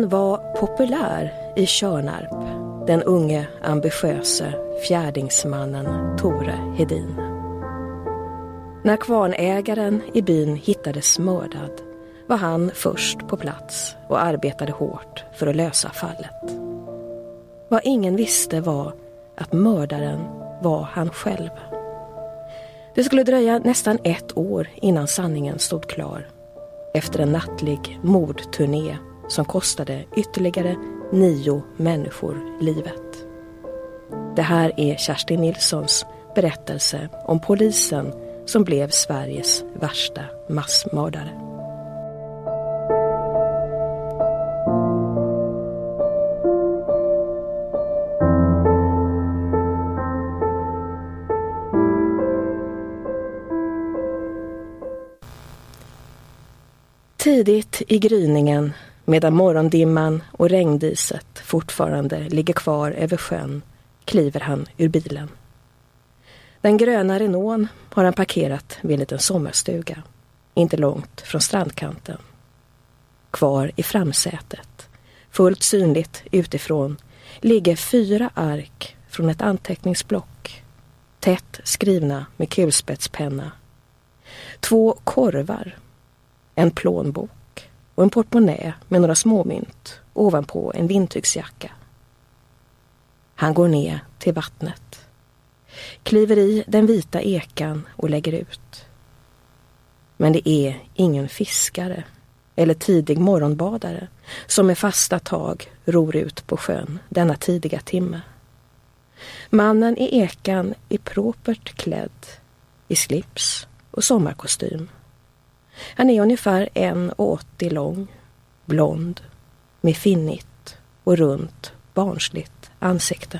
Han var populär i Tjörnarp, den unge ambitiöse fjärdingsmannen Tore Hedin. När kvarnägaren i byn hittades mördad var han först på plats och arbetade hårt för att lösa fallet. Vad ingen visste var att mördaren var han själv. Det skulle dröja nästan 1 år innan sanningen stod klar, efter en nattlig mordturné som kostade ytterligare 9 människor livet. Det här är Kerstin Nilssons berättelse om polisen som blev Sveriges värsta massmördare. Tidigt i gryningen, medan morgondimman och regndiset fortfarande ligger kvar över sjön, kliver han ur bilen. Den gröna Renaulten har han parkerat vid en liten sommarstuga, inte långt från strandkanten. Kvar i framsätet, fullt synligt utifrån, ligger 4 ark från ett anteckningsblock, tätt skrivna med kulspetspenna. 2 korvar, en plånbok och en portmonnä med några småmynt ovanpå en vindtygsjacka. Han går ner till vattnet, kliver i den vita ekan och lägger ut. Men det är ingen fiskare eller tidig morgonbadare som med fasta tag ror ut på sjön denna tidiga timme. Mannen i ekan är propert klädd i slips och sommarkostym. Han är ungefär 1,80 lång, blond, med finnigt och runt barnsligt ansikte.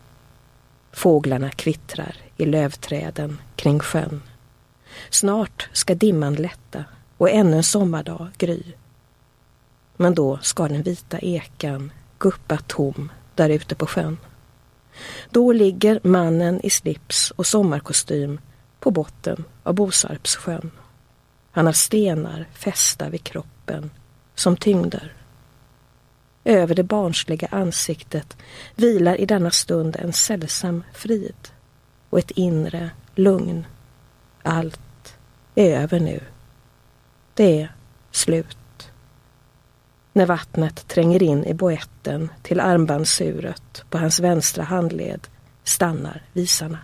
Fåglarna kvittrar i lövträden kring sjön. Snart ska dimman lätta och ännu en sommardag gry. Men då ska den vita ekan guppa tom där ute på sjön. Då ligger mannen i slips och sommarkostym på botten av Bosarpssjön. Han har stenar fästa vid kroppen som tyngder. Över det barnsliga ansiktet vilar i denna stund en sällsam frid och ett inre lugn. Allt är över nu. Det är slut. När vattnet tränger in i boetten till armbandsuret på hans vänstra handled stannar visarna.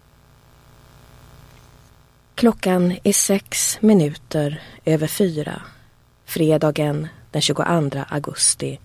Klockan är 6 minuter över 4, fredagen den 22 augusti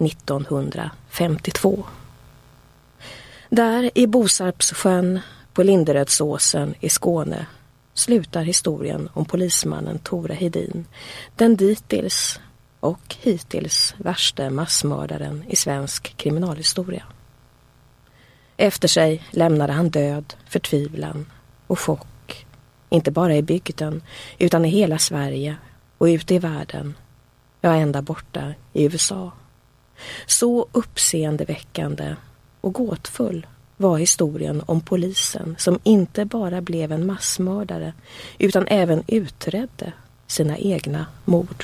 1952. Där i Bosarpssjön på Linderödsåsen i Skåne slutar historien om polismannen Tore Hedin, den dittills och hittills värsta massmördaren i svensk kriminalhistoria. Efter sig lämnade han död, förtvivlan och chock, inte bara i bygden utan i hela Sverige och ute i världen, ja ända borta i USA. Så uppseendeväckande och gåtfull var historien om polisen som inte bara blev en massmördare utan även utredde sina egna mord.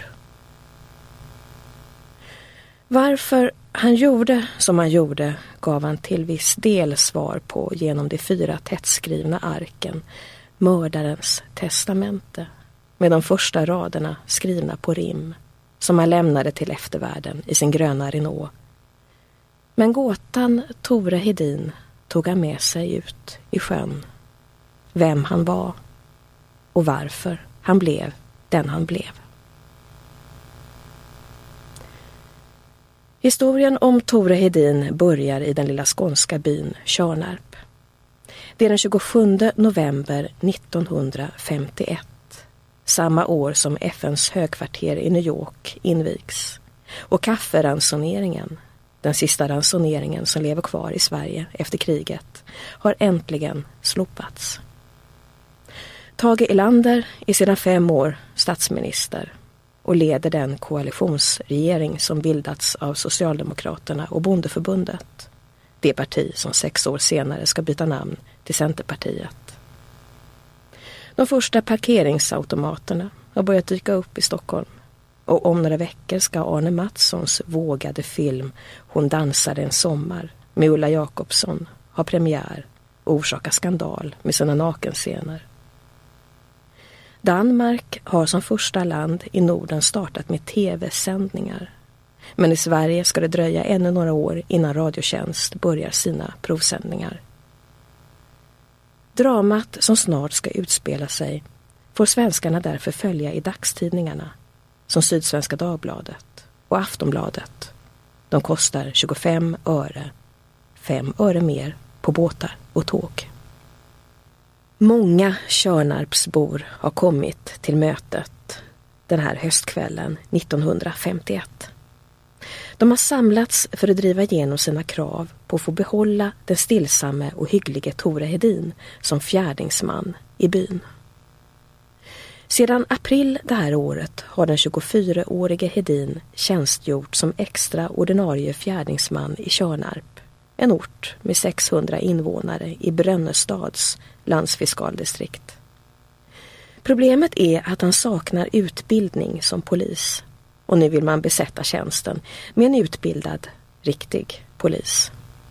Varför han gjorde som han gjorde gav han till viss del svar på genom de 4 tättskrivna arken, mördarens testamente, med de första raderna skrivna på rim som han lämnade till eftervärlden i sin gröna Renault. Men gåtan Tore Hedin tog han med sig ut i sjön. Vem han var och varför han blev den han blev. Historien om Tore Hedin börjar i den lilla skånska byn Tjörnarp. Det är den 27 november 1951, samma år som FNs högkvarter i New York invigs, och kafferansoneringen, den sista ransoneringen som lever kvar i Sverige efter kriget, har äntligen slopats. Tage Erlander är sedan 5 år statsminister och leder den koalitionsregering som bildats av Socialdemokraterna och Bondeförbundet, det parti som 6 år senare ska byta namn till Centerpartiet. De första parkeringsautomaterna har börjat dyka upp i Stockholm. Och om några veckor ska Arne Mattssons vågade film Hon dansade en sommar med Ulla Jakobsson ha premiär och orsaka skandal med sina nakenscener. Danmark har som första land i Norden startat med tv-sändningar. Men i Sverige ska det dröja ännu några år innan Radiotjänst börjar sina provsändningar. Dramat som snart ska utspela sig får svenskarna därför följa i dagstidningarna som Sydsvenska Dagbladet och Aftonbladet. De kostar 25 öre, 5 öre mer på båtar och tåg. Många Tjörnarpsbor har kommit till mötet den här höstkvällen 1951. De har samlats för att driva igenom sina krav på att få behålla den stillsamme och hygglige Tore Hedin som fjärdingsman i byn. Sedan april det här året har den 24-årige Hedin tjänstgjort som extra ordinarie fjärdingsman i Tjörnarp, en ort med 600 invånare i Brönnestads landsfiskaldistrikt. Problemet är att han saknar utbildning som polis och nu vill man besätta tjänsten med en utbildad, riktig polis.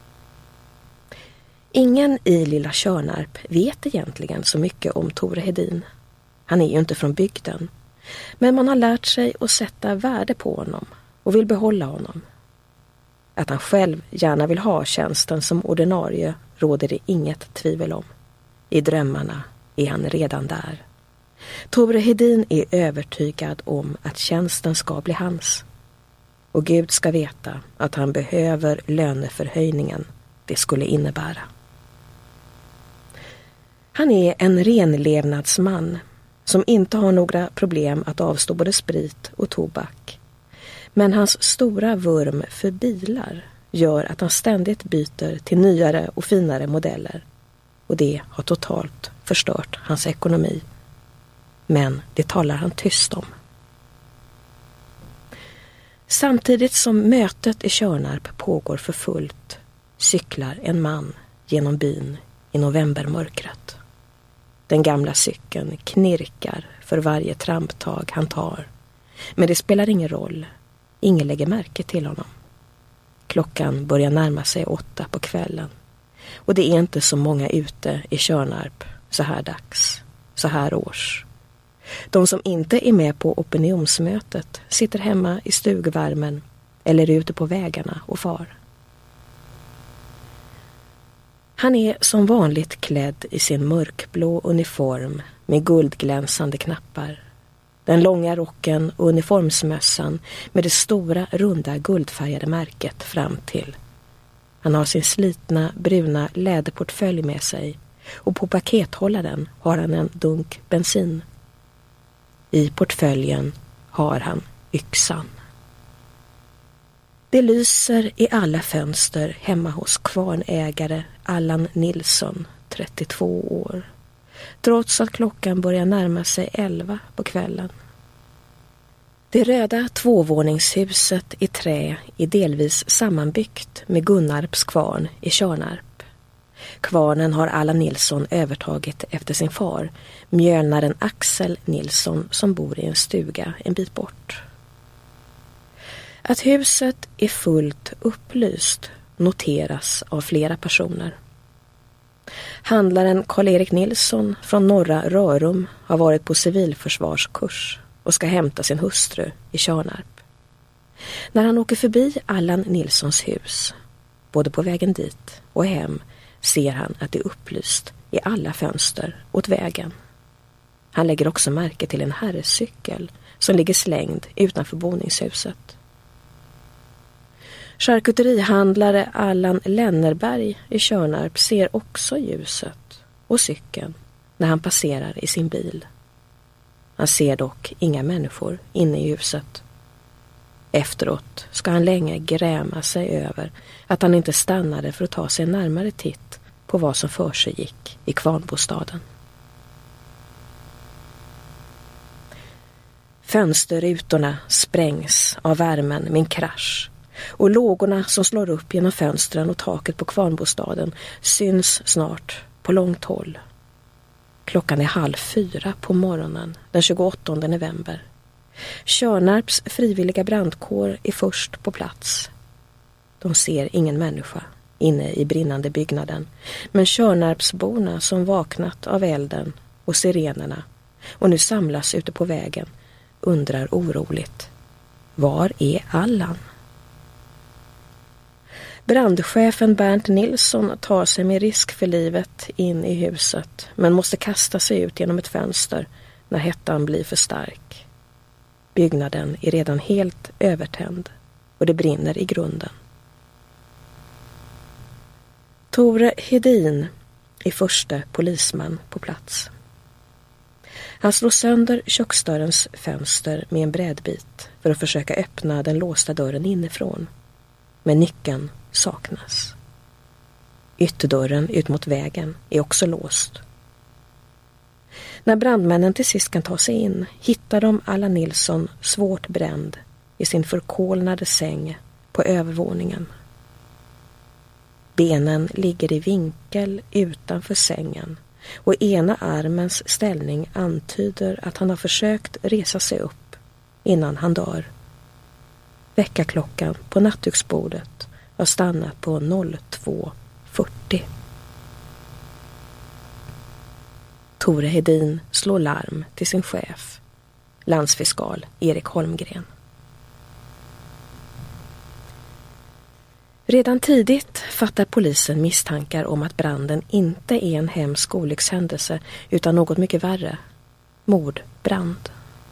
Ingen i lilla Tjörnarp vet egentligen så mycket om Tore Hedin. Han är ju inte från bygden, men man har lärt sig att sätta värde på honom och vill behålla honom. Att han själv gärna vill ha tjänsten som ordinarie råder det inget tvivel om. I drömmarna är han redan där. Tore Hedin är övertygad om att tjänsten ska bli hans. Och Gud ska veta att han behöver löneförhöjningen det skulle innebära. Han är en renlevnadsman som inte har några problem att avstå både sprit och tobak. Men hans stora vurm för bilar gör att han ständigt byter till nyare och finare modeller. Och det har totalt förstört hans ekonomi. Men det talar han tyst om. Samtidigt som mötet i Tjörnarp pågår för fullt cyklar en man genom byn i novembermörkret. Den gamla cykeln knirkar för varje tramptag han tar. Men det spelar ingen roll. Ingen lägger märke till honom. Klockan börjar närma sig 8 på kvällen. Och det är inte så många ute i Tjörnarp så här dags, så här års. De som inte är med på opinionsmötet sitter hemma i stugvärmen eller ute på vägarna och far. Han är som vanligt klädd i sin mörkblå uniform med guldglänsande knappar. Den långa rocken och uniformsmössan med det stora runda guldfärgade märket fram till. Han har sin slitna bruna läderportfölj med sig och på pakethållaren har han en dunk bensin. I portföljen har han yxan. Det lyser i alla fönster hemma hos kvarnägare Allan Nilsson, 32 år. Trots att klockan börjar närma sig 11 på kvällen. Det röda tvåvåningshuset i trä är delvis sammanbyggt med Gunnarps kvarn i Tjörnarp. Kvarnen har Allan Nilsson övertagit efter sin far, mjölnaren Axel Nilsson som bor i en stuga en bit bort. Att huset är fullt upplyst noteras av flera personer. Handlaren Karl-Erik Nilsson från norra Rörum har varit på civilförsvarskurs och ska hämta sin hustru i Tjörnarp. När han åker förbi Allan Nilssons hus, både på vägen dit och hem, ser han att det är upplyst i alla fönster åt vägen. Han lägger också märke till en herrcykel som ligger slängd utanför boningshuset. Charkuterihandlare Allan Lennerberg i Tjörnarp ser också ljuset och cykeln när han passerar i sin bil. Han ser dock inga människor inne i huset. Efteråt ska han länge gräma sig över att han inte stannade för att ta sig en närmare titt på vad som för sig gick i kvarnbostaden. Fönsterrutorna sprängs av värmen med en krasch och lågorna som slår upp genom fönstren och taket på kvarnbostaden syns snart på långt håll. Klockan är 3:30 på morgonen den 28 november. Tjörnarps frivilliga brandkår är först på plats. De ser ingen människa inne i brinnande byggnaden, men Tjörnarpsborna som vaknat av elden och sirenerna och nu samlas ute på vägen undrar oroligt: var är Allan? Brandchefen Bernt Nilsson tar sig med risk för livet in i huset, men måste kasta sig ut genom ett fönster när hettan blir för stark. Byggnaden är redan helt övertänd och det brinner i grunden. Tore Hedin är första polisman på plats. Han slår sönder köksdörrens fönster med en brädbit för att försöka öppna den låsta dörren inifrån. Men nyckeln saknas. Ytterdörren ut mot vägen är också låst. När brandmännen till sist kan ta sig in hittar de Allan Nilsson svårt bränd i sin förkolnade säng på övervåningen. Benen ligger i vinkel utanför sängen och ena armens ställning antyder att han har försökt resa sig upp innan han dör. Väckarklockan på nattduksbordet har stannat på 02:40. Tore Hedin slår larm till sin chef, landsfiskal Erik Holmgren. Redan tidigt fattar polisen misstankar om att branden inte är en hemsk olyckshändelse utan något mycket värre: mordbrand.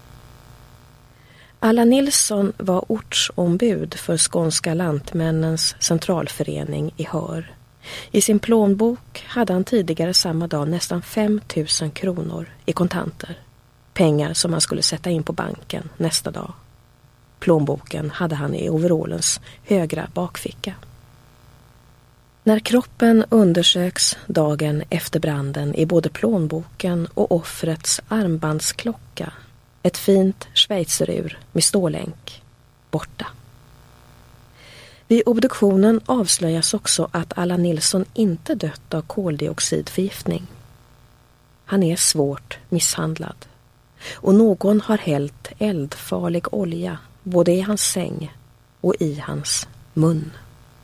Allan Nilsson var ortsombud för Skånska lantmännens centralförening i Hör. I sin plånbok hade han tidigare samma dag nästan 5 000 kronor i kontanter. Pengar som han skulle sätta in på banken nästa dag. Plånboken hade han i overallens högra bakficka. När kroppen undersöks dagen efter branden är både plånboken och offrets armbandsklocka, ett fint schweizerur med stålänk, borta. Vid obduktionen avslöjas också att Allan Nilsson inte dött av koldioxidförgiftning. Han är svårt misshandlad och någon har hällt eldfarlig olja både i hans säng och i hans mun.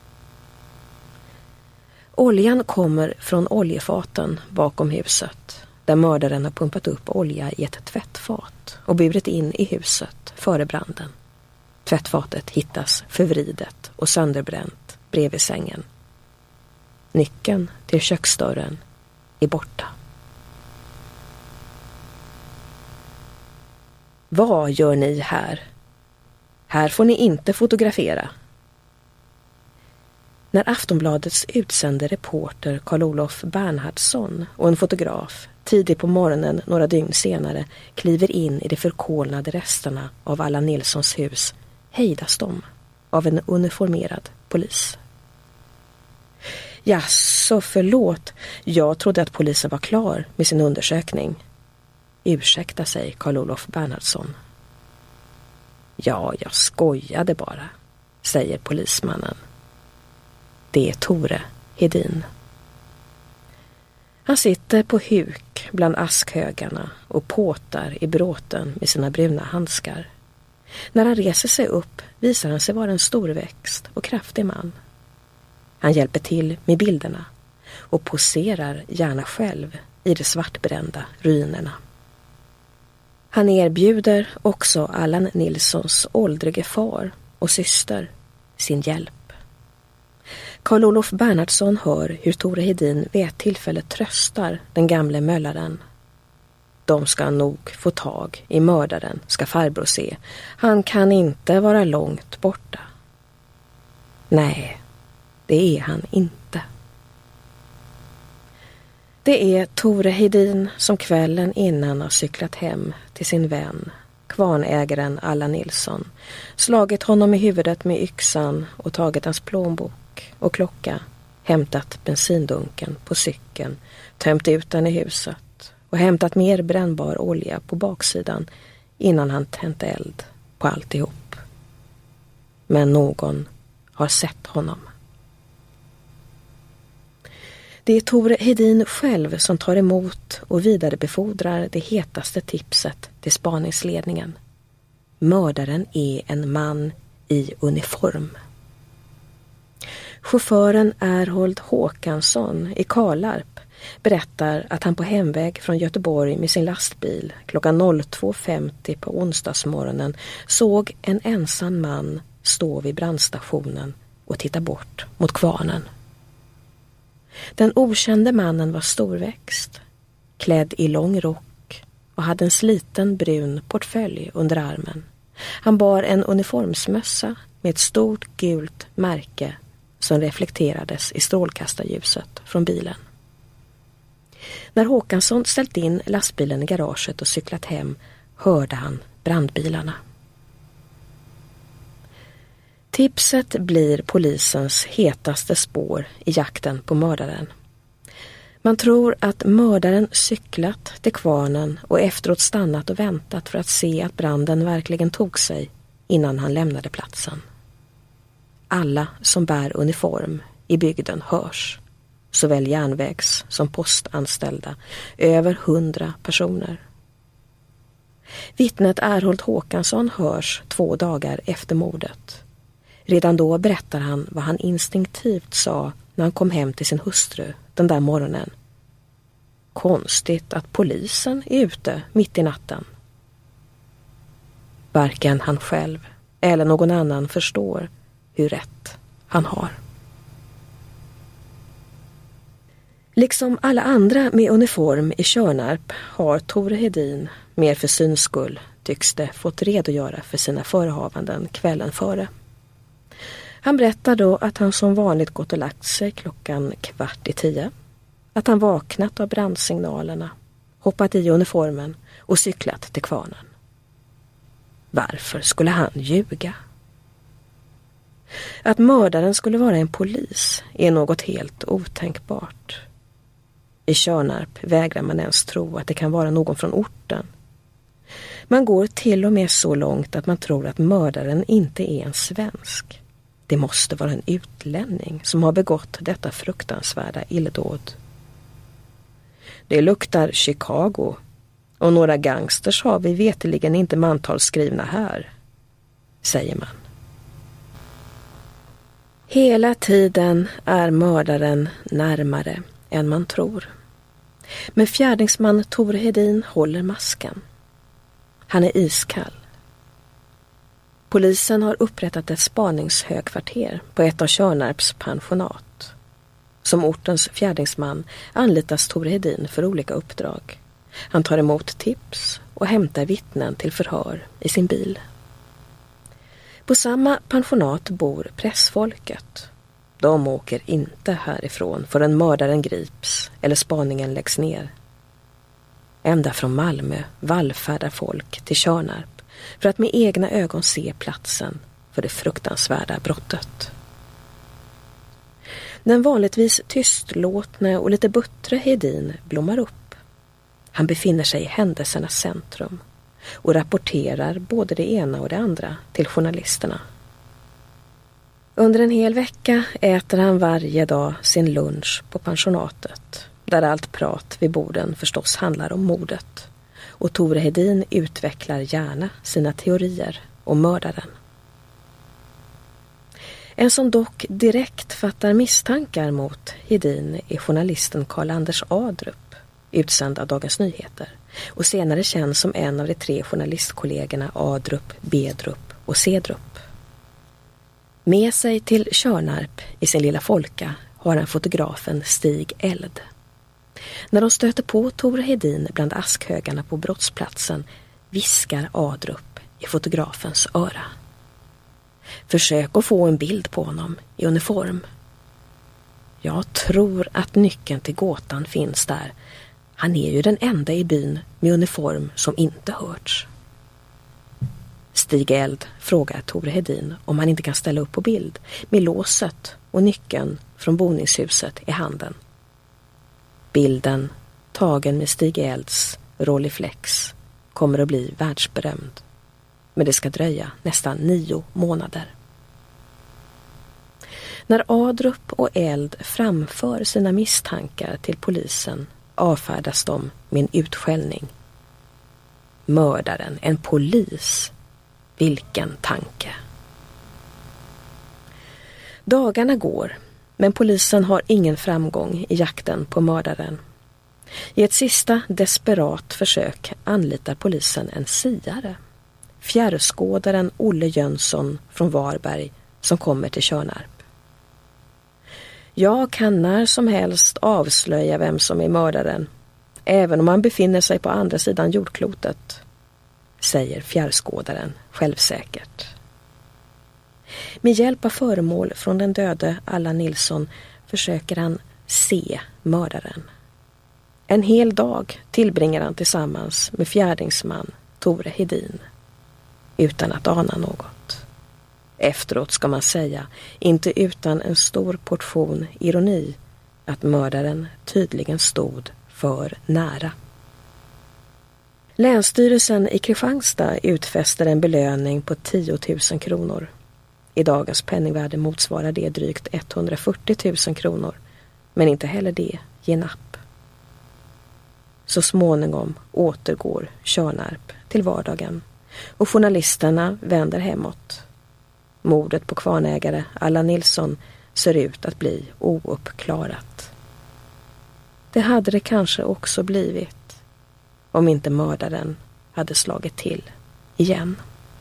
Oljan kommer från oljefaten bakom huset, där mördaren har pumpat upp olja i ett tvättfat och burit in i huset före branden. Tvättfatet hittas förvridet och sönderbränt bredvid sängen. Nyckeln till köksdörren är borta. Vad gör ni här? Här får ni inte fotografera. När Aftonbladets utsände reporter Carl-Olof Bernhardsson och en fotograf tidigt på morgonen några dygn senare kliver in i de förkolnade resterna av Allan Nilssons hus hejdas de av en uniformerad polis. Ja, så förlåt. Jag trodde att polisen var klar med sin undersökning. Ursäkta sig Carl-Olof Bernhardsson. Ja, jag skojade bara, säger polismannen. Det är Tore Hedin. Han sitter på huk bland askhögarna och påtar i bråten med sina bruna handskar. När han reser sig upp visar han sig vara en storväxt och kraftig man. Han hjälper till med bilderna och poserar gärna själv i de svartbrända ruinerna. Han erbjuder också Allan Nilssons åldrige far och syster sin hjälp. Carl-Olof Bernhardsson hör hur Tore Hedin vid ett tillfälle tröstar den gamle möllaren. De ska nog få tag i mördaren, ska farbror se. Han kan inte vara långt borta. Nej, det är han inte. Det är Tore Hedin som kvällen innan har cyklat hem till sin vän, kvarnägaren Allan Nilsson, slagit honom i huvudet med yxan och tagit hans plånbok och klocka, hämtat bensindunken på cykeln, tömt ut den i huset och hämtat mer brännbar olja på baksidan innan han tänt eld på alltihop. Men någon har sett honom. Det är Tore Hedin själv som tar emot och vidarebefordrar det hetaste tipset till spaningsledningen. Mördaren är en man i uniform. Chauffören Erhold Håkansson i Karlarp berättar att han på hemväg från Göteborg med sin lastbil klockan 02.50 på onsdagsmorgonen såg en ensam man stå vid brandstationen och titta bort mot kvarnen. Den okände mannen var storväxt, klädd i lång rock och hade en sliten brun portfölj under armen. Han bar en uniformsmössa med ett stort gult märke som reflekterades i strålkastarljuset från bilen. När Håkansson ställt in lastbilen i garaget och cyklat hem hörde han brandbilarna. Tipset blir polisens hetaste spår i jakten på mördaren. Man tror att mördaren cyklat till kvarnen och efteråt stannat och väntat för att se att branden verkligen tog sig innan han lämnade platsen. Alla som bär uniform i bygden hörs, såväl järnvägs- som postanställda, över 100 personer. Vittnet Erhold Håkansson hörs 2 dagar efter mordet. Redan då berättar han vad han instinktivt sa när han kom hem till sin hustru den där morgonen. Konstigt att polisen är ute mitt i natten. Varken han själv eller någon annan förstår hur rätt han har. Liksom alla andra med uniform i Tjörnarp har Tore Hedin, mer för syns skull, tycks det, fått redogöra för sina förehavanden kvällen före. Han berättar då att han som vanligt gått och lagt sig klockan 9:15, att han vaknat av brandsignalerna, hoppat i uniformen och cyklat till kvarnen. Varför skulle han ljuga? Att mördaren skulle vara en polis är något helt otänkbart. I Tjörnarp vägrar man ens tro att det kan vara någon från orten. Man går till och med så långt att man tror att mördaren inte är en svensk. Det måste vara en utlänning som har begått detta fruktansvärda illdåd. Det luktar Chicago och några gangsters har vi veteligen inte mantalsskrivna här, säger man. Hela tiden är mördaren närmare än man tror. Men fjärdingsman Tore Hedin håller masken. Han är iskall. Polisen har upprättat ett spaningshögkvarter på ett av Tjörnarps pensionat. Som ortens fjärdingsman anlitas Tore Hedin för olika uppdrag. Han tar emot tips och hämtar vittnen till förhör i sin bil. På samma pensionat bor pressfolket. De åker inte härifrån förrän mördaren grips eller spaningen läggs ner. Ända från Malmö vallfärdar folk till Tjörnarp för att med egna ögon se platsen för det fruktansvärda brottet. Den vanligtvis tystlåtne och lite buttre Hedin blommar upp. Han befinner sig i händelsernas centrum och rapporterar både det ena och det andra till journalisterna. Under en hel vecka äter han varje dag sin lunch på pensionatet, där allt prat vid borden förstås handlar om mordet. Och Tore Hedin utvecklar gärna sina teorier om mördaren. En som dock direkt fattar misstankar mot Hedin är journalisten Karl-Anders Adrup, utsänd av Dagens Nyheter, och senare känd som en av de 3 journalistkollegorna Adrup, Bedrup och Cedrup. Med sig till Tjörnarp i sin lilla folka har han fotografen Stig Eld. När de stöter på Tore Hedin bland askhögarna på brottsplatsen viskar Adrup i fotografens öra. Försök att få en bild på honom i uniform. Jag tror att nyckeln till gåtan finns där. Han är ju den enda i byn med uniform som inte hörts. Stig Eld frågar Tore Hedin om han inte kan ställa upp på bild med låset och nyckeln från boningshuset i handen. Bilden, tagen med Stig Elds Rolleiflex, kommer att bli världsberömd. Men det ska dröja nästan 9 månader. När Adrup och Eld framför sina misstankar till polisen avfärdas de med en utskällning. Mördaren, en polis. Vilken tanke! Dagarna går, men polisen har ingen framgång i jakten på mördaren. I ett sista desperat försök anlitar polisen en siare, fjärrskådaren Olle Jönsson från Varberg, som kommer till Tjörnarp. Jag kan när som helst avslöja vem som är mördaren, även om han befinner sig på andra sidan jordklotet, säger fjärrskådaren självsäkert. Med hjälp av föremål från den döde Allan Nilsson försöker han se mördaren. En hel dag tillbringar han tillsammans med fjärdingsman Tore Hedin, utan att ana något. Efteråt ska man säga, inte utan en stor portion ironi, att mördaren tydligen stod för nära. Länsstyrelsen i Kristianstad utfäster en belöning på 10 000 kronor. I dagens penningvärde motsvarar det drygt 140 000 kronor, men inte heller det ger napp. Så småningom återgår Tjörnarp till vardagen och journalisterna vänder hemåt. Mordet på kvarnägare Allan Nilsson ser ut att bli ouppklarat. Det hade det kanske också blivit om inte mördaren hade slagit till igen.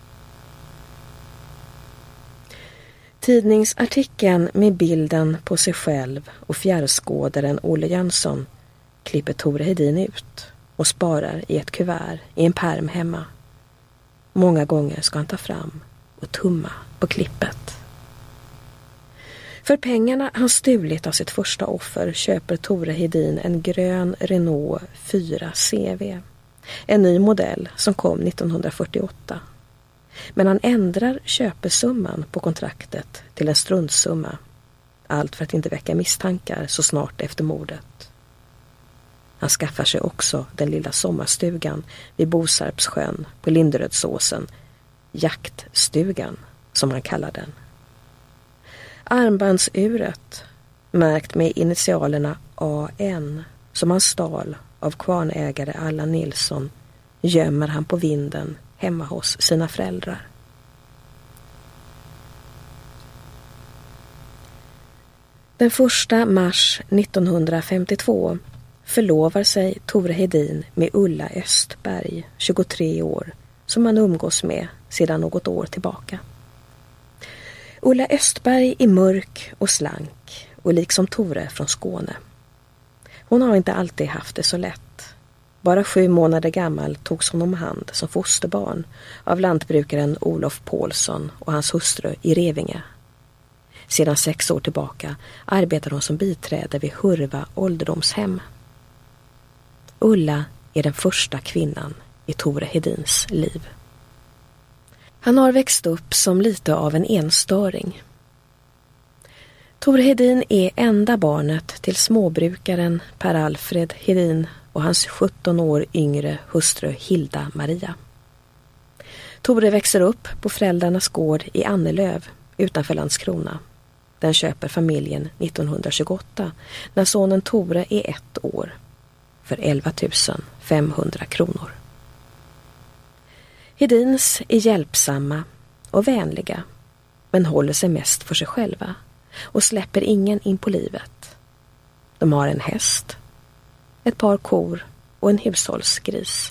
Tidningsartikeln med bilden på sig själv och fjärrskådaren Olle Jönsson klipper Tore Hedin ut och sparar i ett kuvert i en pärm hemma. Många gånger ska han ta fram och tumma på klippet. För pengarna han stulit av sitt första offer köper Tore Hedin en grön Renault 4 CV. En ny modell som kom 1948. Men han ändrar köpesumman på kontraktet till en struntsumma. Allt för att inte väcka misstankar så snart efter mordet. Han skaffar sig också den lilla sommarstugan vid Bosarpssjön på Linderödsåsen. Jaktstugan, som han kallar den. Armbandsuret, märkt med initialerna AN, som han stal av kvarnägare Allan Nilsson, gömmer han på vinden hemma hos sina föräldrar. Den 1 mars 1952 förlovar sig Tore Hedin med Ulla Östberg, 23 år, som han umgås med sedan något år tillbaka. Ulla Östberg är mörk och slank och liksom Tore från Skåne. Hon har inte alltid haft det så lätt. Bara 7 månader gammal togs hon om hand som fosterbarn av lantbrukaren Olof Paulsson och hans hustru i Revinge. Sedan 6 år tillbaka arbetar hon som biträde vid Hurva ålderdomshem. Ulla är den första kvinnan i Tore Hedins liv. Han har växt upp som lite av en enstöring. Tore Hedin är enda barnet till småbrukaren Per Alfred Hedin och hans 17 år yngre hustru Hilda Maria. Tore växer upp på föräldrarnas gård i Annelöv utanför Landskrona. Den köper familjen 1928 när sonen Tore är 1 år för 11 500 kronor. Hedins är hjälpsamma och vänliga, men håller sig mest för sig själva och släpper ingen in på livet. De har en häst, ett par kor och en hushållsgris.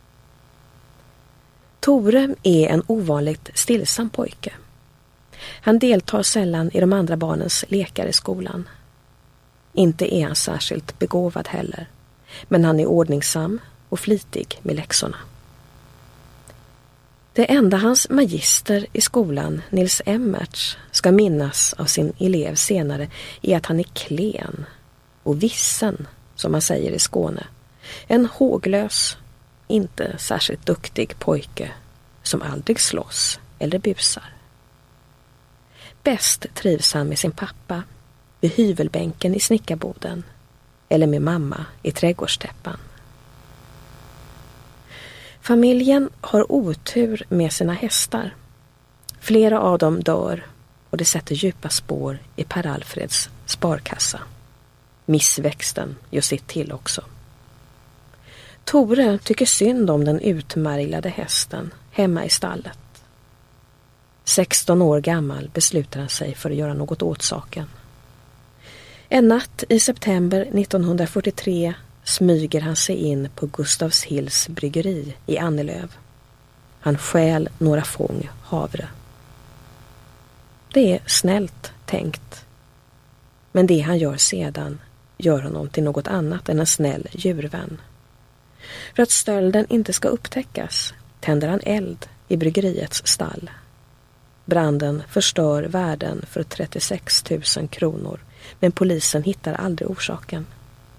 Tore är en ovanligt stillsam pojke. Han deltar sällan i de andra barnens lekar i skolan. Inte är han särskilt begåvad heller, men han är ordningsam och flitig med läxorna. Det enda hans magister i skolan, Nils Emmerts, ska minnas av sin elev senare är att han är klen och vissen, som man säger i Skåne. En håglös, inte särskilt duktig pojke som aldrig slåss eller busar. Bäst trivs han med sin pappa vid hyvelbänken i snickarboden eller med mamma i trädgårdstäppan. Familjen har otur med sina hästar. Flera av dem dör och det sätter djupa spår i Per Alfreds sparkassa. Missväxten gör sitt till också. Tore tycker synd om den utmärglade hästen hemma i stallet. 16 år gammal beslutar han sig för att göra något åt saken. En natt i september 1943 smyger han sig in på Gustavshills bryggeri i Annelöv. Han stjäl några fång havre. Det är snällt tänkt. Men det han gör sedan gör honom till något annat än en snäll djurvän. För att stölden inte ska upptäckas tänder han eld i bryggeriets stall. Branden förstör värden för 36 000 kronor, men polisen hittar aldrig orsaken.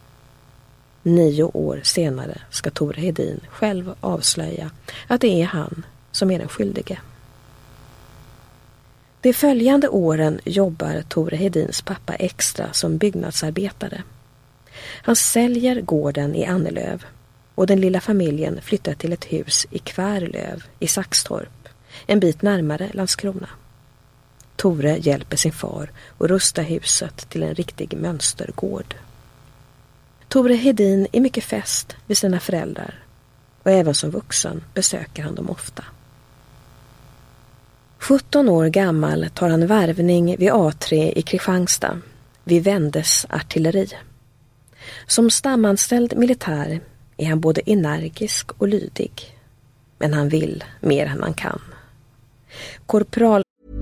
9 år senare ska Tore Hedin själv avslöja att det är han som är den skyldige. De följande åren jobbar Tore Hedins pappa extra som byggnadsarbetare. Han säljer gården i Annelöv och den lilla familjen flyttar till ett hus i Kvärlöv i Saxtorp, en bit närmare Landskrona. Tore hjälper sin far att rusta huset till en riktig mönstergård. Tore Hedin är mycket fäst vid sina föräldrar och även som vuxen besöker han dem ofta. 17 år gammal tar han värvning vid A3 i Kristianstad, vid Vendes artilleri. Som stamanställd militär är han både energisk och lydig, men han vill mer än han kan. Korpral.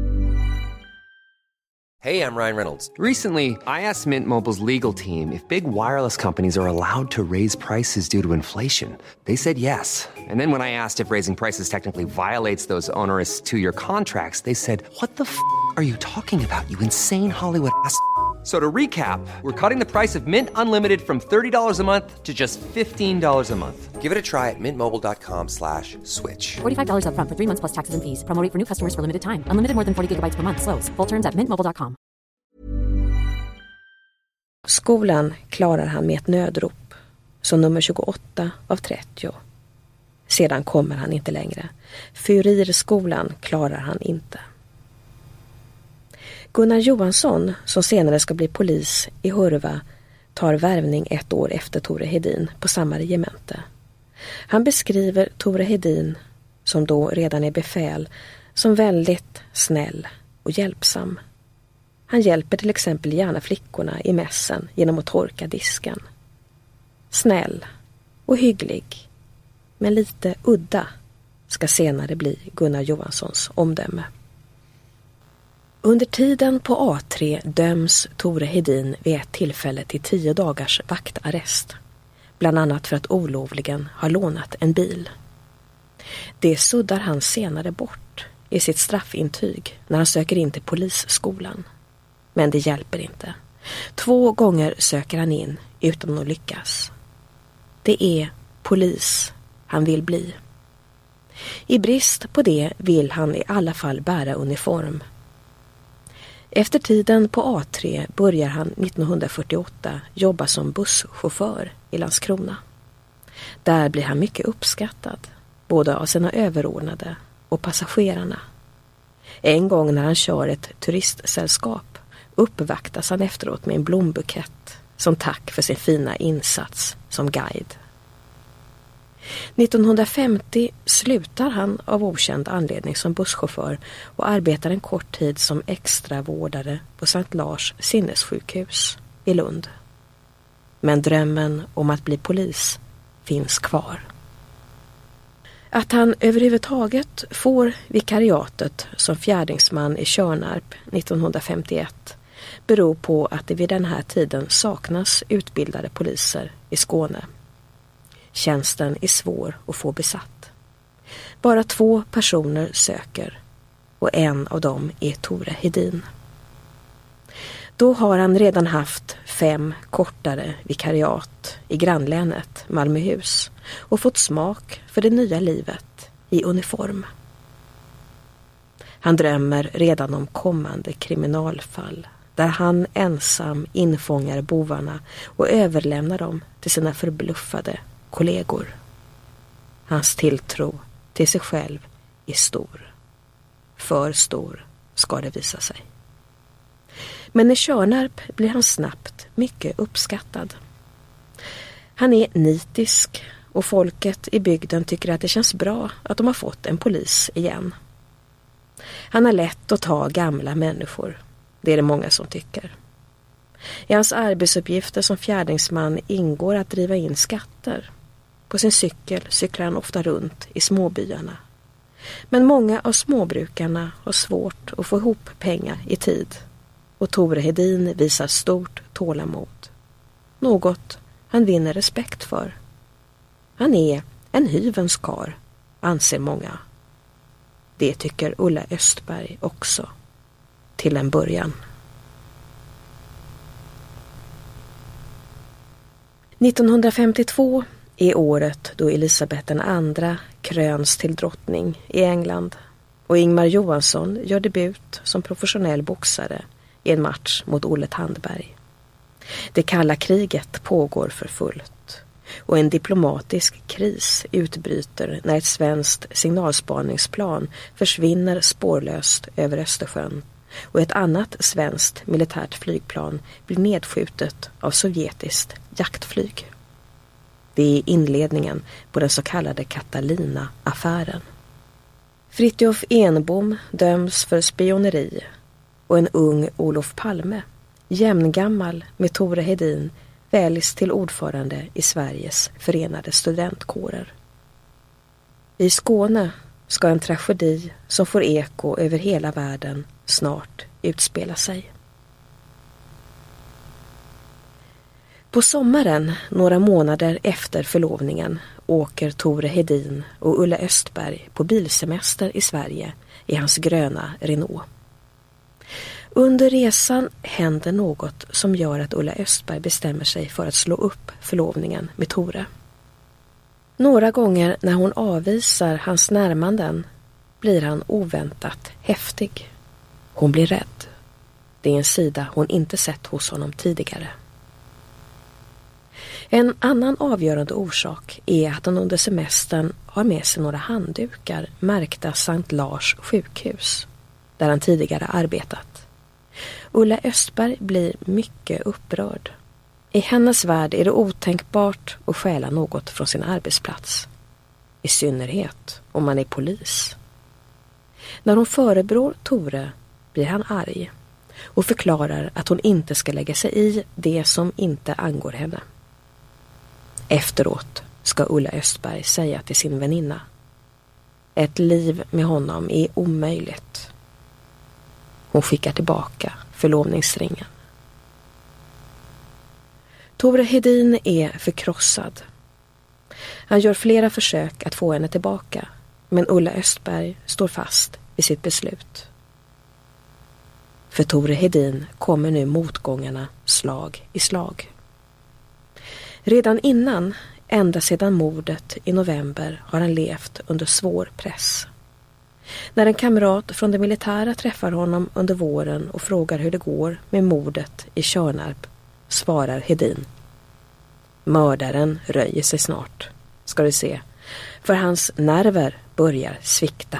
Hey, I'm Ryan Reynolds. Recently, I asked Mint Mobile's legal team if big wireless companies are allowed to raise prices due to inflation. They said yes. And then when I asked if raising prices technically violates those onerous 2-year contracts, they said, "What the f*** are you talking about, you insane Hollywood ass?" So to recap, we're cutting the price of Mint Unlimited from $30 a month to just $15 a month. Give it a try at mintmobile.com/switch. $45 up front for 3 months plus taxes and fees. Promo rate for new customers for limited time. Unlimited more than 40 gigabytes per month. Slows full terms at mintmobile.com. Skolan klarar han med ett nödrop, som nummer 28 av 30. Sedan kommer han inte längre. Furirskolan klarar han inte. Gunnar Johansson, som senare ska bli polis i Hurva, tar värvning 1 år efter Tore Hedin på samma regemente. Han beskriver Tore Hedin, som då redan är befäl, som väldigt snäll och hjälpsam. Han hjälper till exempel gärna flickorna i mässen genom att torka disken. Snäll och hygglig, men lite udda, ska senare bli Gunnar Johanssons omdöme. Under tiden på A3 döms Tore Hedin vid ett tillfälle till 10 dagars vaktarrest, bland annat för att olovligen ha lånat en bil. Det suddar han senare bort i sitt straffintyg när han söker in till polisskolan. Men det hjälper inte. 2 gånger söker han in utan att lyckas. Det är polis han vill bli. I brist på det vill han i alla fall bära uniform. Efter tiden på A3 börjar han 1948 jobba som busschaufför i Landskrona. Där blir han mycket uppskattad, både av sina överordnade och passagerarna. En gång när han kör ett turistsällskap uppvaktas han efteråt med en blombukett som tack för sin fina insats som guide. 1950 slutar han av okänd anledning som busschaufför och arbetar en kort tid som extra vårdare på Sankt Lars sinnessjukhus i Lund. Men drömmen om att bli polis finns kvar. Att han överhuvudtaget får vikariatet som fjärdingsman i Tjörnarp 1951 beror på att det vid den här tiden saknas utbildade poliser i Skåne. Tjänsten är svår att få besatt. Bara 2 personer söker och en av dem är Tore Hedin. Då har han redan haft 5 kortare vikariat i grannlänet Malmöhus och fått smak för det nya livet i uniform. Han drömmer redan om kommande kriminalfall där han ensam infångar bovarna och överlämnar dem till sina förbluffade kollegor. Hans tilltro till sig själv är stor. För stor ska det visa sig. Men i Tjörnarp blir han snabbt mycket uppskattad. Han är nitisk och folket i bygden tycker att det känns bra att de har fått en polis igen. Han har lätt att ta gamla människor. Det är det många som tycker. I hans arbetsuppgifter som fjärdingsman ingår att driva in skatter. På sin cykel cyklar han ofta runt i småbyarna. Men många av småbrukarna har svårt att få ihop pengar i tid. Och Tore Hedin visar stort tålamod. Något han vinner respekt för. Han är en hyvens karl, anser många. Det tycker Ulla Östberg också. Till en början. 1952 är året då Elisabeth II kröns till drottning i England och Ingmar Johansson gör debut som professionell boxare i en match mot Olle Tandberg. Det kalla kriget pågår för fullt och en diplomatisk kris utbryter när ett svenskt signalspaningsplan försvinner spårlöst över Östersjön och ett annat svenskt militärt flygplan blir nedskjutet av sovjetiskt jaktflyg. Det är inledningen på den så kallade Catalina-affären. Fritjof Enbom döms för spioneri och en ung Olof Palme, jämngammal med Tore Hedin, väljs till ordförande i Sveriges förenade studentkårer. I Skåne ska en tragedi som får eko över hela världen snart utspela sig. På sommaren, några månader efter förlovningen, åker Tore Hedin och Ulla Östberg på bilsemester i Sverige i hans gröna Renault. Under resan händer något som gör att Ulla Östberg bestämmer sig för att slå upp förlovningen med Tore. Några gånger när hon avvisar hans närmanden blir han oväntat häftig. Hon blir rädd. Det är en sida hon inte sett hos honom tidigare. En annan avgörande orsak är att han under semestern har med sig några handdukar märkta Sankt Lars sjukhus, där han tidigare arbetat. Ulla Östberg blir mycket upprörd. I hennes värld är det otänkbart att stjäla något från sin arbetsplats. I synnerhet om man är polis. När hon förebrår Tore blir han arg och förklarar att hon inte ska lägga sig i det som inte angår henne. Efteråt ska Ulla Östberg säga till sin väninna: ett liv med honom är omöjligt. Hon skickar tillbaka förlovningsringen. Tore Hedin är förkrossad. Han gör flera försök att få henne tillbaka, men Ulla Östberg står fast vid sitt beslut. För Tore Hedin kommer nu motgångarna slag i slag. Redan innan, ända sedan mordet i november, har han levt under svår press. När en kamrat från det militära träffar honom under våren och frågar hur det går med mordet i Tjörnarp, svarar Hedin: mördaren röjer sig snart, ska du se, för hans nerver börjar svikta.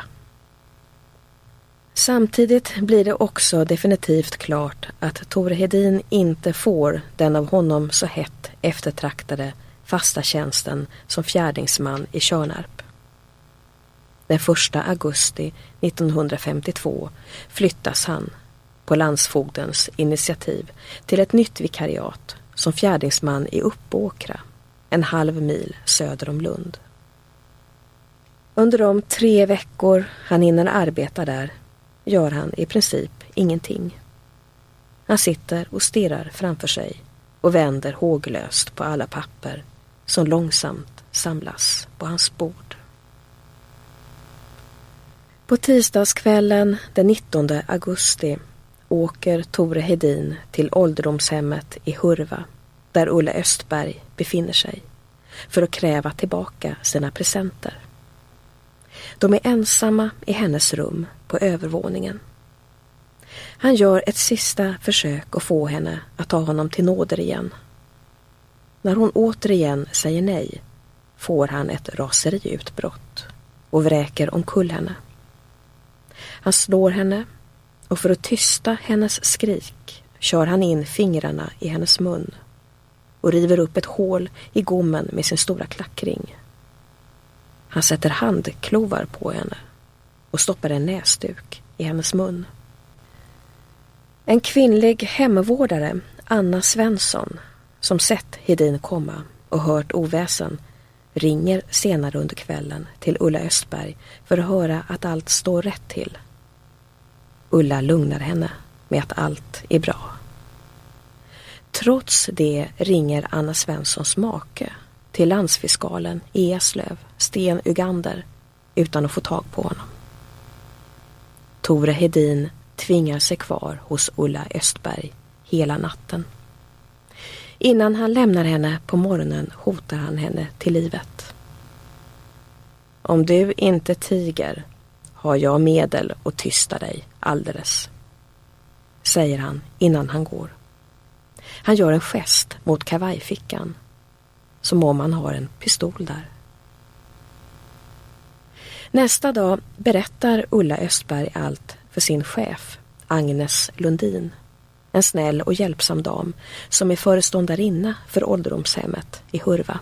Samtidigt blir det också definitivt klart att Tore Hedin inte får den av honom så hett eftertraktade fasta tjänsten som fjärdingsman i Tjörnarp. Den 1 augusti 1952 flyttas han, på landsfogdens initiativ, till ett nytt vikariat som fjärdingsman i Uppåkra, en halv mil söder om Lund. Under de 3 veckor han hinner arbeta där gör han i princip ingenting. Han sitter och stirrar framför sig och vänder håglöst på alla papper som långsamt samlas på hans bord. På tisdagskvällen den 19 augusti åker Tore Hedin till ålderdomshemmet i Hurva, där Ulla Östberg befinner sig, för att kräva tillbaka sina presenter. De är ensamma i hennes rum på övervåningen. Han gör ett sista försök att få henne att ta honom till nåder igen. När hon återigen säger nej får han ett raseriutbrott och vräker omkull henne. Han slår henne och för att tysta hennes skrik kör han in fingrarna i hennes mun och river upp ett hål i gommen med sin stora klackring. Han sätter handklovar på henne och stoppar en näsduk i hennes mun. En kvinnlig hemvårdare, Anna Svensson, som sett Hedin komma och hört oväsen, ringer senare under kvällen till Ulla Östberg för att höra att allt står rätt till. Ulla lugnar henne med att allt är bra. Trots det ringer Anna Svenssons make till landsfiskalen i Eslöv, Sten Ugander, utan att få tag på honom. Tore Hedin tvingar sig kvar hos Ulla Östberg hela natten. Innan han lämnar henne på morgonen hotar han henne till livet. Om du inte tiger har jag medel att tysta dig alldeles, säger han innan han går. Han gör en gest mot kavajfickan, som om han har en pistol där. Nästa dag berättar Ulla Östberg allt för sin chef, Agnes Lundin, en snäll och hjälpsam dam som är föreståndarinna för ålderdomshemmet i Hurva.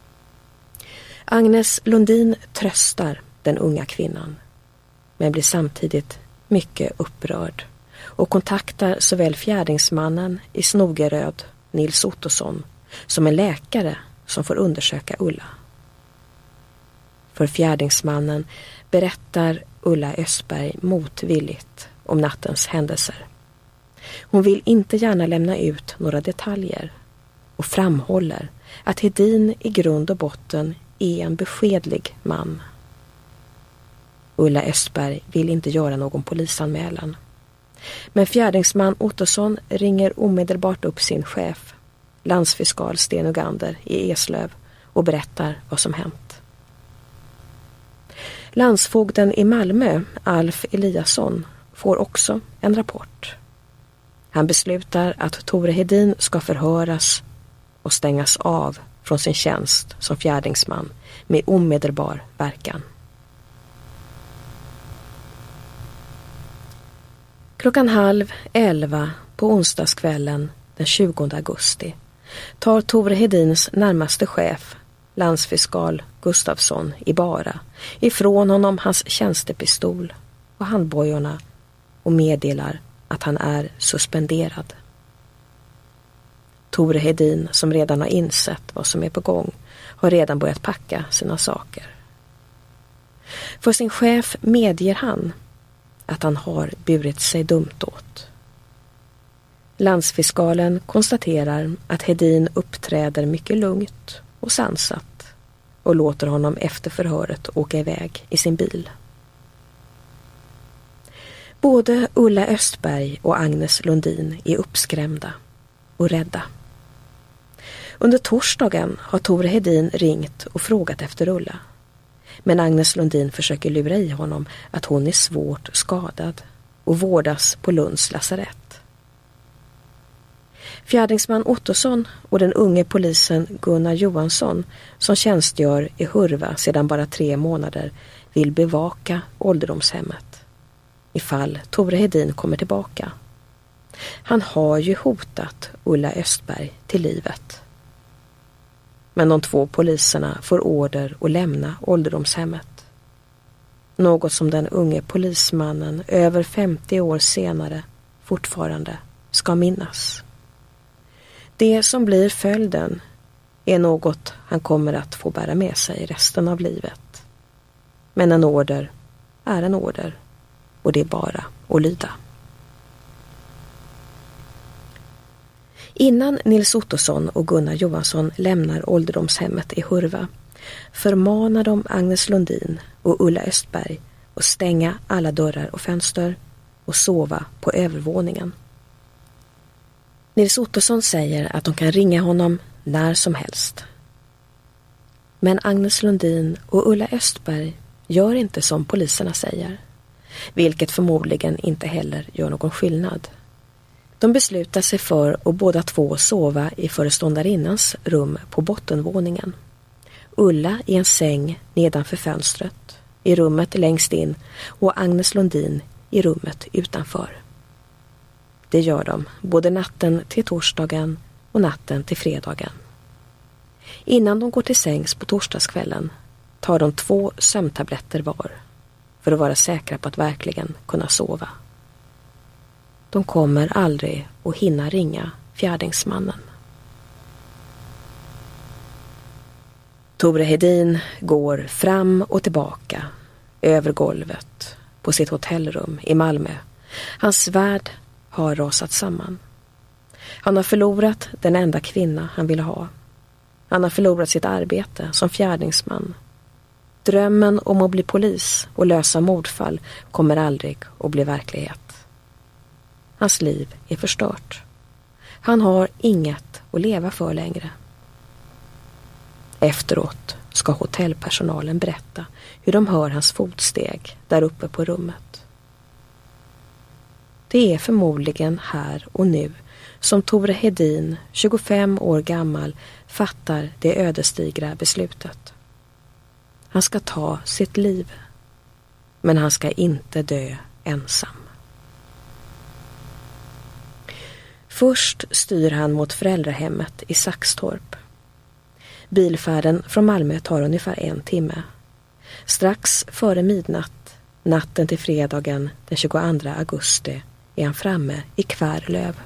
Agnes Lundin tröstar den unga kvinnan, men blir samtidigt mycket upprörd och kontaktar såväl fjärdingsmannen i Snogeröd, Nils Ottosson, som en läkare som får undersöka Ulla. För fjärdingsmannen berättar Ulla Östberg motvilligt om nattens händelser. Hon vill inte gärna lämna ut några detaljer och framhåller att Hedin i grund och botten är en beskedlig man. Ulla Östberg vill inte göra någon polisanmälan. Men fjärdingsman Ottosson ringer omedelbart upp sin chef, landsfiskal Sten Ugander i Eslöv, och berättar vad som hänt. Landsfogden i Malmö, Alf Eliasson, får också en rapport. Han beslutar att Tore Hedin ska förhöras och stängas av från sin tjänst som fjärdingsman med omedelbar verkan. 10:30 på onsdagskvällen den 20 augusti tar Tore Hedins närmaste chef, landsfiskal Gustafsson i Bara, ifrån honom hans tjänstepistol och handbojorna och meddelar att han är suspenderad. Tore Hedin, som redan har insett vad som är på gång, har redan börjat packa sina saker. För sin chef medger han att han har burit sig dumt åt. Landsfiskalen konstaterar att Hedin uppträder mycket lugnt och sansat och låter honom efter förhöret åka iväg i sin bil. Både Ulla Östberg och Agnes Lundin är uppskrämda och rädda. Under torsdagen har Tore Hedin ringt och frågat efter Ulla. Men Agnes Lundin försöker lura i honom att hon är svårt skadad och vårdas på Lunds lasarett. Fjärdingsman Ottosson och den unge polisen Gunnar Johansson, som tjänstgör i Hurva sedan bara 3 månader, vill bevaka ålderdomshemmet ifall Tore Hedin kommer tillbaka. Han har ju hotat Ulla Östberg till livet. Men de 2 poliserna får order att lämna ålderdomshemmet. Något som den unge polismannen över 50 år senare fortfarande ska minnas. Det som blir följden är något han kommer att få bära med sig resten av livet. Men en order är en order, och det är bara att lyda. Innan Nils Ottosson och Gunnar Johansson lämnar ålderdomshemmet i Hurva förmanar de Agnes Lundin och Ulla Östberg att stänga alla dörrar och fönster och sova på övervåningen. Nils Ottosson säger att de kan ringa honom när som helst. Men Agnes Lundin och Ulla Östberg gör inte som poliserna säger, vilket förmodligen inte heller gör någon skillnad. De beslutar sig för att båda 2 sova i föreståndarinnans rum på bottenvåningen. Ulla i en säng nedanför fönstret, i rummet längst in, och Agnes Lundin i rummet utanför. Det gör de både natten till torsdagen och natten till fredagen. Innan de går till sängs på torsdagskvällen tar de 2 sömntabletter var. för att vara säkra på att verkligen kunna sova. De kommer aldrig att hinna ringa fjärdingsmannen. Tore Hedin går fram och tillbaka över golvet på sitt hotellrum i Malmö. Hans värld har rasat samman. Han har förlorat den enda kvinna han ville ha. Han har förlorat sitt arbete som fjärdingsman. Drömmen om att bli polis och lösa mordfall kommer aldrig att bli verklighet. Hans liv är förstört. Han har inget att leva för längre. Efteråt ska hotellpersonalen berätta hur de hör hans fotsteg där uppe på rummet. Det är förmodligen här och nu som Tore Hedin, 25 år gammal, fattar det ödesdigra beslutet. Han ska ta sitt liv, men han ska inte dö ensam. Först styr han mot föräldrahemmet i Saxtorp. Bilfärden från Malmö tar ungefär 1 timme. Strax före midnatt, natten till fredagen den 22 augusti, är han framme i Kvärlöv.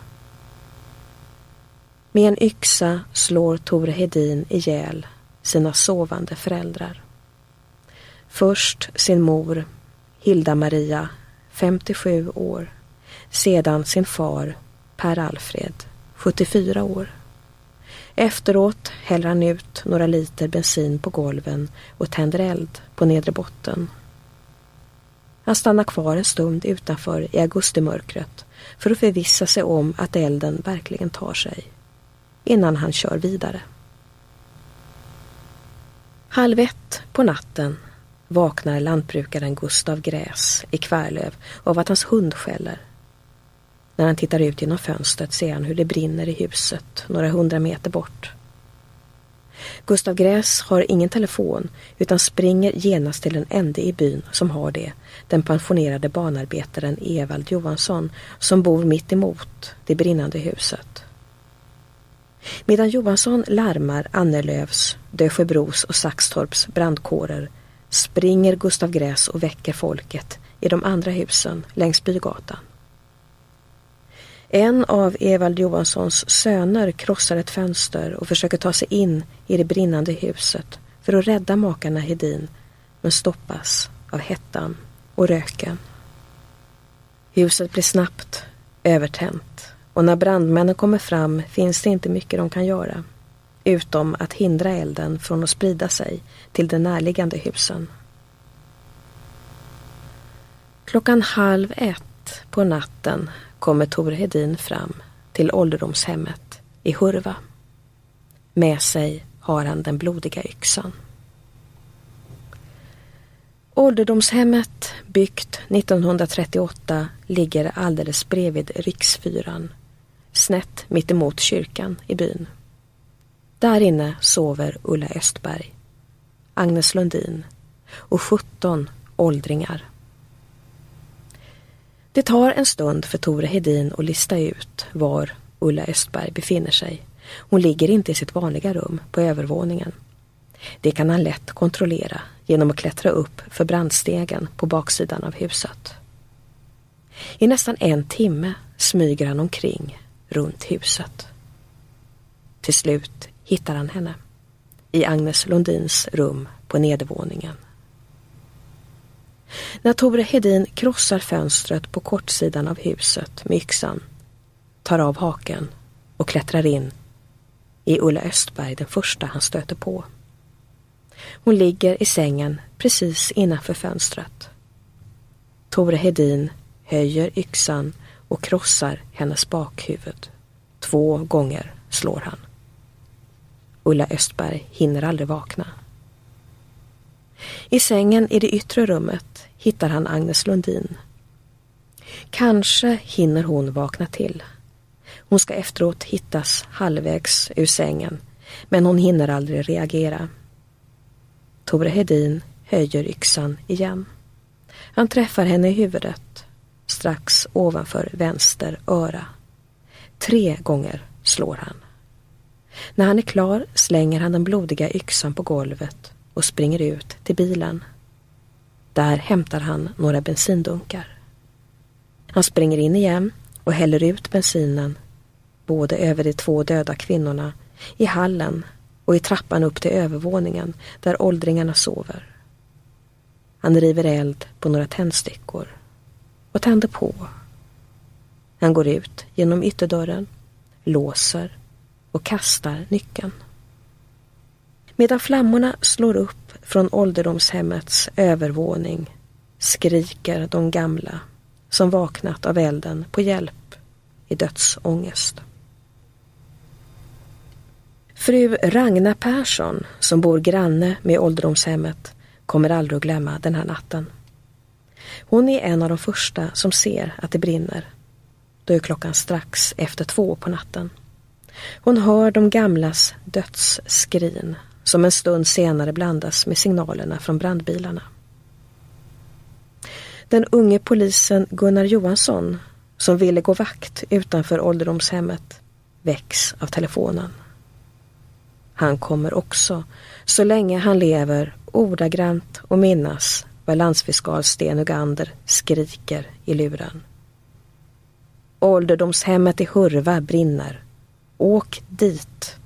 Med en yxa slår Tore Hedin ihjäl sina sovande föräldrar. Först sin mor, Hilda Maria, 57 år. Sedan sin far, Per Alfred, 74 år. Efteråt häller han ut några liter bensin på golven och tänder eld på nedre botten. Han stannar kvar en stund utanför i augustimörkret för att förvissa sig om att elden verkligen tar sig, innan han kör vidare. 1:30 på natten vaknar lantbrukaren Gustav Gräs i Kvärlöv av att hans hund skäller. När han tittar ut genom fönstret ser han hur det brinner i huset några 100 meter bort. Gustav Gräs har ingen telefon utan springer genast till den enda i byn som har det, den pensionerade banarbetaren Evald Johansson som bor mitt emot det brinnande huset. Medan Johansson larmar Annelövs, Dösjebros och Saxtorps brandkårer springer Gustav Gräs och väcker folket i de andra husen längs bygatan. En av Evald Johanssons söner krossar ett fönster och försöker ta sig in i det brinnande huset för att rädda makarna Hedin, men stoppas av hettan och röken. Huset blir snabbt övertänt och när brandmännen kommer fram finns det inte mycket de kan göra, utom att hindra elden från att sprida sig till de närliggande husen. 12:30 på natten kommer Tore Hedin fram till ålderdomshemmet i Hurva. Med sig har han den blodiga yxan. Ålderdomshemmet, byggt 1938, ligger alldeles bredvid Riksfyran, snett mittemot kyrkan i byn. Där inne sover Ulla Östberg, Agnes Lundin och 17 åldringar. Det tar en stund för Tore Hedin att lista ut var Ulla Östberg befinner sig. Hon ligger inte i sitt vanliga rum på övervåningen. Det kan han lätt kontrollera genom att klättra upp för brandstegen på baksidan av huset. I nästan 1 timme smyger han omkring runt huset. Till slut hittar han henne i Agnes Lundins rum på nedervåningen. När Tore Hedin krossar fönstret på kortsidan av huset med yxan, tar av haken och klättrar in, är Ulla Östberg den första han stöter på. Hon ligger i sängen precis innanför fönstret. Tore Hedin höjer yxan och krossar hennes bakhuvud. 2 gånger slår han. Ulla Östberg hinner aldrig vakna. I sängen i det yttre rummet hittar han Agnes Lundin. Kanske hinner hon vakna till. Hon ska efteråt hittas halvvägs ur sängen, men hon hinner aldrig reagera. Tore Hedin höjer yxan igen. Han träffar henne i huvudet, strax ovanför vänster öra. 3 gånger slår han. När han är klar slänger han den blodiga yxan på golvet och springer ut till bilen. Där hämtar han några bensindunkar. Han springer in igen och häller ut bensinen både över de 2 döda kvinnorna, i hallen och i trappan upp till övervåningen där åldringarna sover. Han river eld på några tändstickor och tänder på. Han går ut genom ytterdörren, låser och kastar nyckeln. Medan flammorna slår upp från ålderdomshemmets övervåning skriker de gamla som vaknat av elden på hjälp i dödsångest. Fru Ragna Persson, som bor granne med ålderdomshemmet, kommer aldrig att glömma den här natten. Hon är en av de första som ser att det brinner. Då är klockan strax efter 2 på natten. Hon hör de gamlas dödsskrin som en stund senare blandas med signalerna från brandbilarna. Den unge polisen Gunnar Johansson, som ville gå vakt utanför ålderdomshemmet, väcks av telefonen. Han kommer också, så länge han lever, ordagrant och minnas vad landsfiskal Sten Ugander skriker i luren. Ålderdomshemmet i Hurva brinner. Åk dit.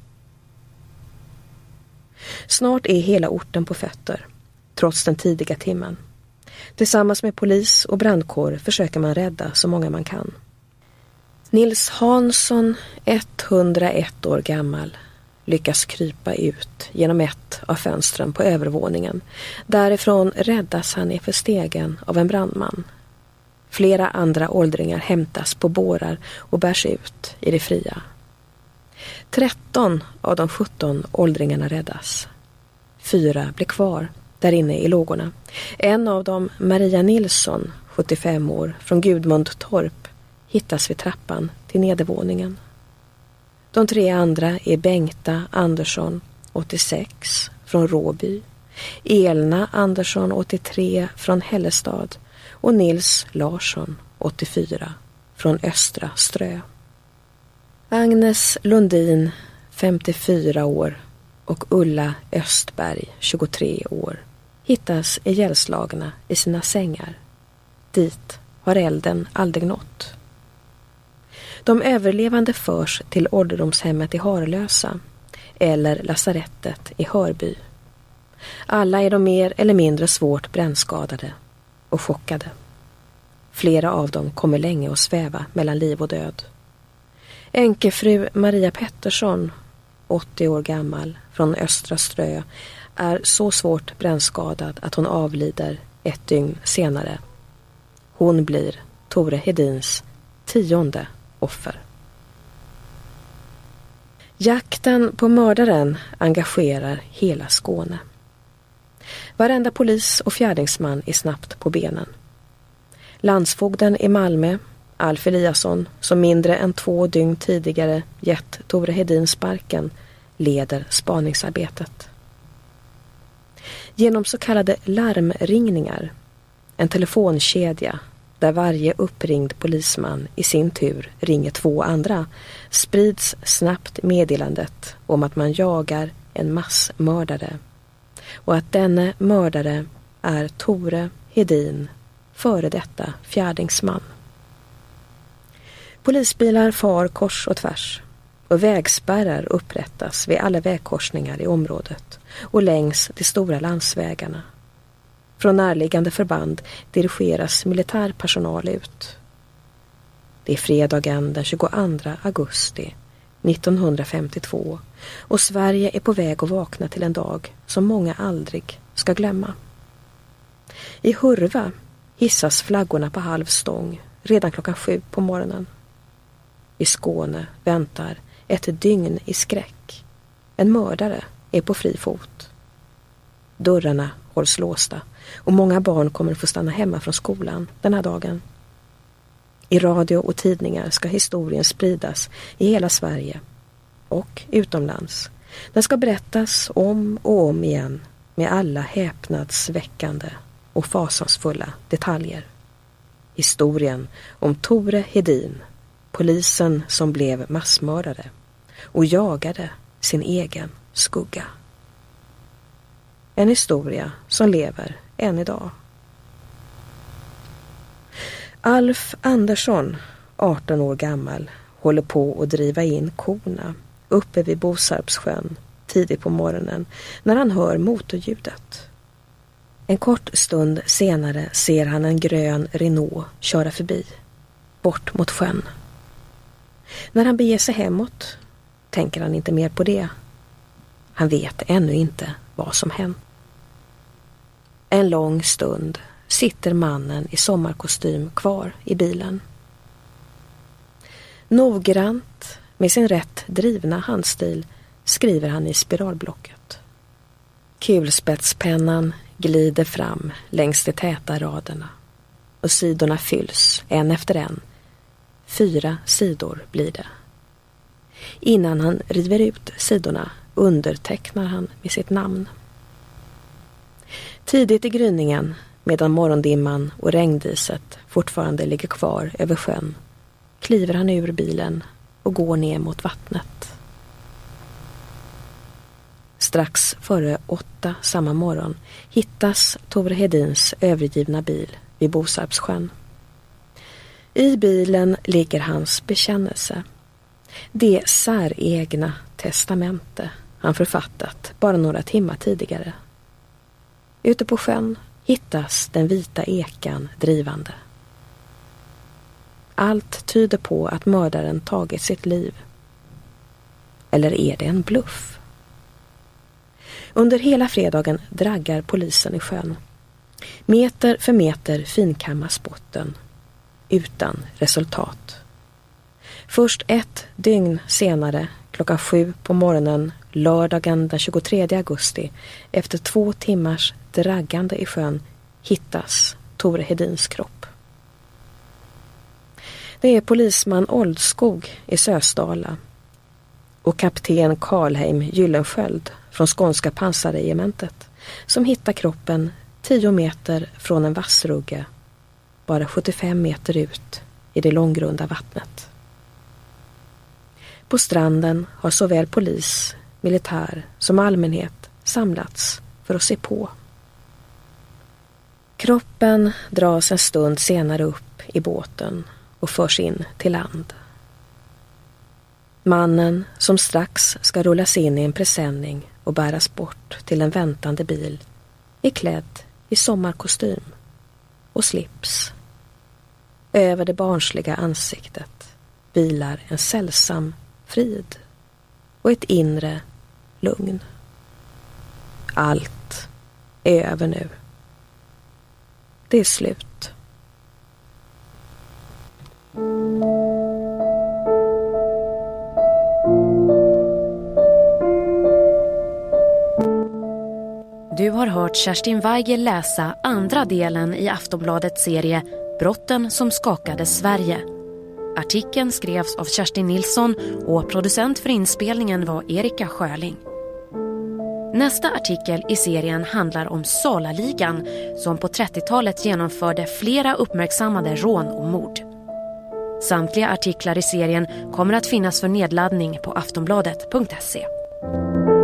Snart är hela orten på fötter, trots den tidiga timmen. Tillsammans med polis och brandkår försöker man rädda så många man kan. Nils Hansson, 101 år gammal, lyckas krypa ut genom ett av fönstren på övervåningen. Därifrån räddas han iför stegen av en brandman. Flera andra åldringar hämtas på bårar och bärs ut i det fria. 13 av de 17 åldringarna räddas. 4 blir kvar där inne i lågorna. En av dem, Maria Nilsson, 75 år, från Gudmundtorp, hittas vid trappan till nedervåningen. De 3 andra är Bengta Andersson, 86, från Råby, Elna Andersson, 83, från Hällestad och Nils Larsson, 84, från Östra Strö. Agnes Lundin, 54 år, och Ulla Östberg, 23 år, hittas ihjälslagna i sina sängar. Dit har elden aldrig nått. De överlevande förs till ålderdomshemmet i Harlösa eller lasarettet i Hörby. Alla är de mer eller mindre svårt brännskadade och chockade. Flera av dem kommer länge att sväva mellan liv och död. Änkefru Maria Pettersson, 80 år gammal, från Östra Strö, är så svårt brännskadad att hon avlider 1 dygn senare. Hon blir Tore Hedins 10:e offer. Jakten på mördaren engagerar hela Skåne. Varenda polis och fjärdingsman är snabbt på benen. Landsfogden i Malmö, Alf Eliasson, som mindre än 2 dygn tidigare gett Tore Hedin sparken, leder spaningsarbetet. Genom så kallade larmringningar, en telefonkedja där varje uppringd polisman i sin tur ringer 2 andra, sprids snabbt meddelandet om att man jagar en massmördare och att denne mördare är Tore Hedin, före detta fjärdingsman. Polisbilar far kors och tvärs och vägspärrar upprättas vid alla vägkorsningar i området och längs de stora landsvägarna. Från närliggande förband dirigeras militärpersonal ut. Det är fredagen den 22 augusti 1952 och Sverige är på väg att vakna till en dag som många aldrig ska glömma. I Hurva hissas flaggorna på halv stång redan klockan 7 på morgonen. I Skåne väntar ett dygn i skräck. En mördare är på fri fot. Dörrarna hålls låsta och många barn kommer att få stanna hemma från skolan den här dagen. I radio och tidningar ska historien spridas i hela Sverige och utomlands. Den ska berättas om och om igen med alla häpnadsväckande och fasansfulla detaljer. Historien om Tore Hedin, polisen som blev massmördare och jagade sin egen skugga. En historia som lever än idag. Alf Andersson, 18 år gammal, håller på att driva in korna uppe vid Bosarpssjön tidigt på morgonen när han hör motorljudet. En kort stund senare ser han en grön Renault köra förbi, bort mot sjön. När han beger sig hemåt tänker han inte mer på det. Han vet ännu inte vad som hänt. En lång stund sitter mannen i sommarkostym kvar i bilen. Noggrant, med sin rätt drivna handstil, skriver han i spiralblocket. Kulspetspennan glider fram längs de täta raderna och sidorna fylls en efter en. 4 sidor blir det. Innan han river ut sidorna undertecknar han med sitt namn. Tidigt i gryningen, medan morgondimman och regndiset fortfarande ligger kvar över sjön, kliver han ur bilen och går ner mot vattnet. Strax före 8 samma morgon hittas Tore Hedins övergivna bil vid Bosarpssjön. I bilen ligger hans bekännelse. Det säregna testamente han författat bara några timmar tidigare. Ute på sjön hittas den vita ekan drivande. Allt tyder på att mördaren tagit sitt liv. Eller är det en bluff? Under hela fredagen draggar polisen i sjön. Meter för meter finkammas botten, utan resultat. Först 1 dygn senare, klockan 7 på morgonen, lördagen den 23 augusti, efter 2 timmars draggande i sjön, hittas Tore Hedins kropp. Det är polisman Oldskog i Sösdala och kapten Karlheim Gyllensköld från skånska pansarregementet som hittar kroppen 10 meter från en vassrugge, bara 75 meter ut i det långgrunda vattnet. På stranden har såväl polis, militär som allmänhet samlats för att se på. Kroppen dras en stund senare upp i båten och förs in till land. Mannen, som strax ska rullas in i en presenning och bäras bort till en väntande bil, är klädd i sommarkostym och slips. Över det barnsliga ansiktet vilar en sällsam frid och ett inre lugn. Allt är över nu. Det är slut. Du har hört Kerstin Weigel läsa andra delen i Aftonbladets serie Brotten som skakade Sverige. Artikeln skrevs av Kerstin Nilsson och producent för inspelningen var Erika Sjöling. Nästa artikel i serien handlar om Salaligan som på 30-talet genomförde flera uppmärksammade rån och mord. Samtliga artiklar i serien kommer att finnas för nedladdning på aftonbladet.se.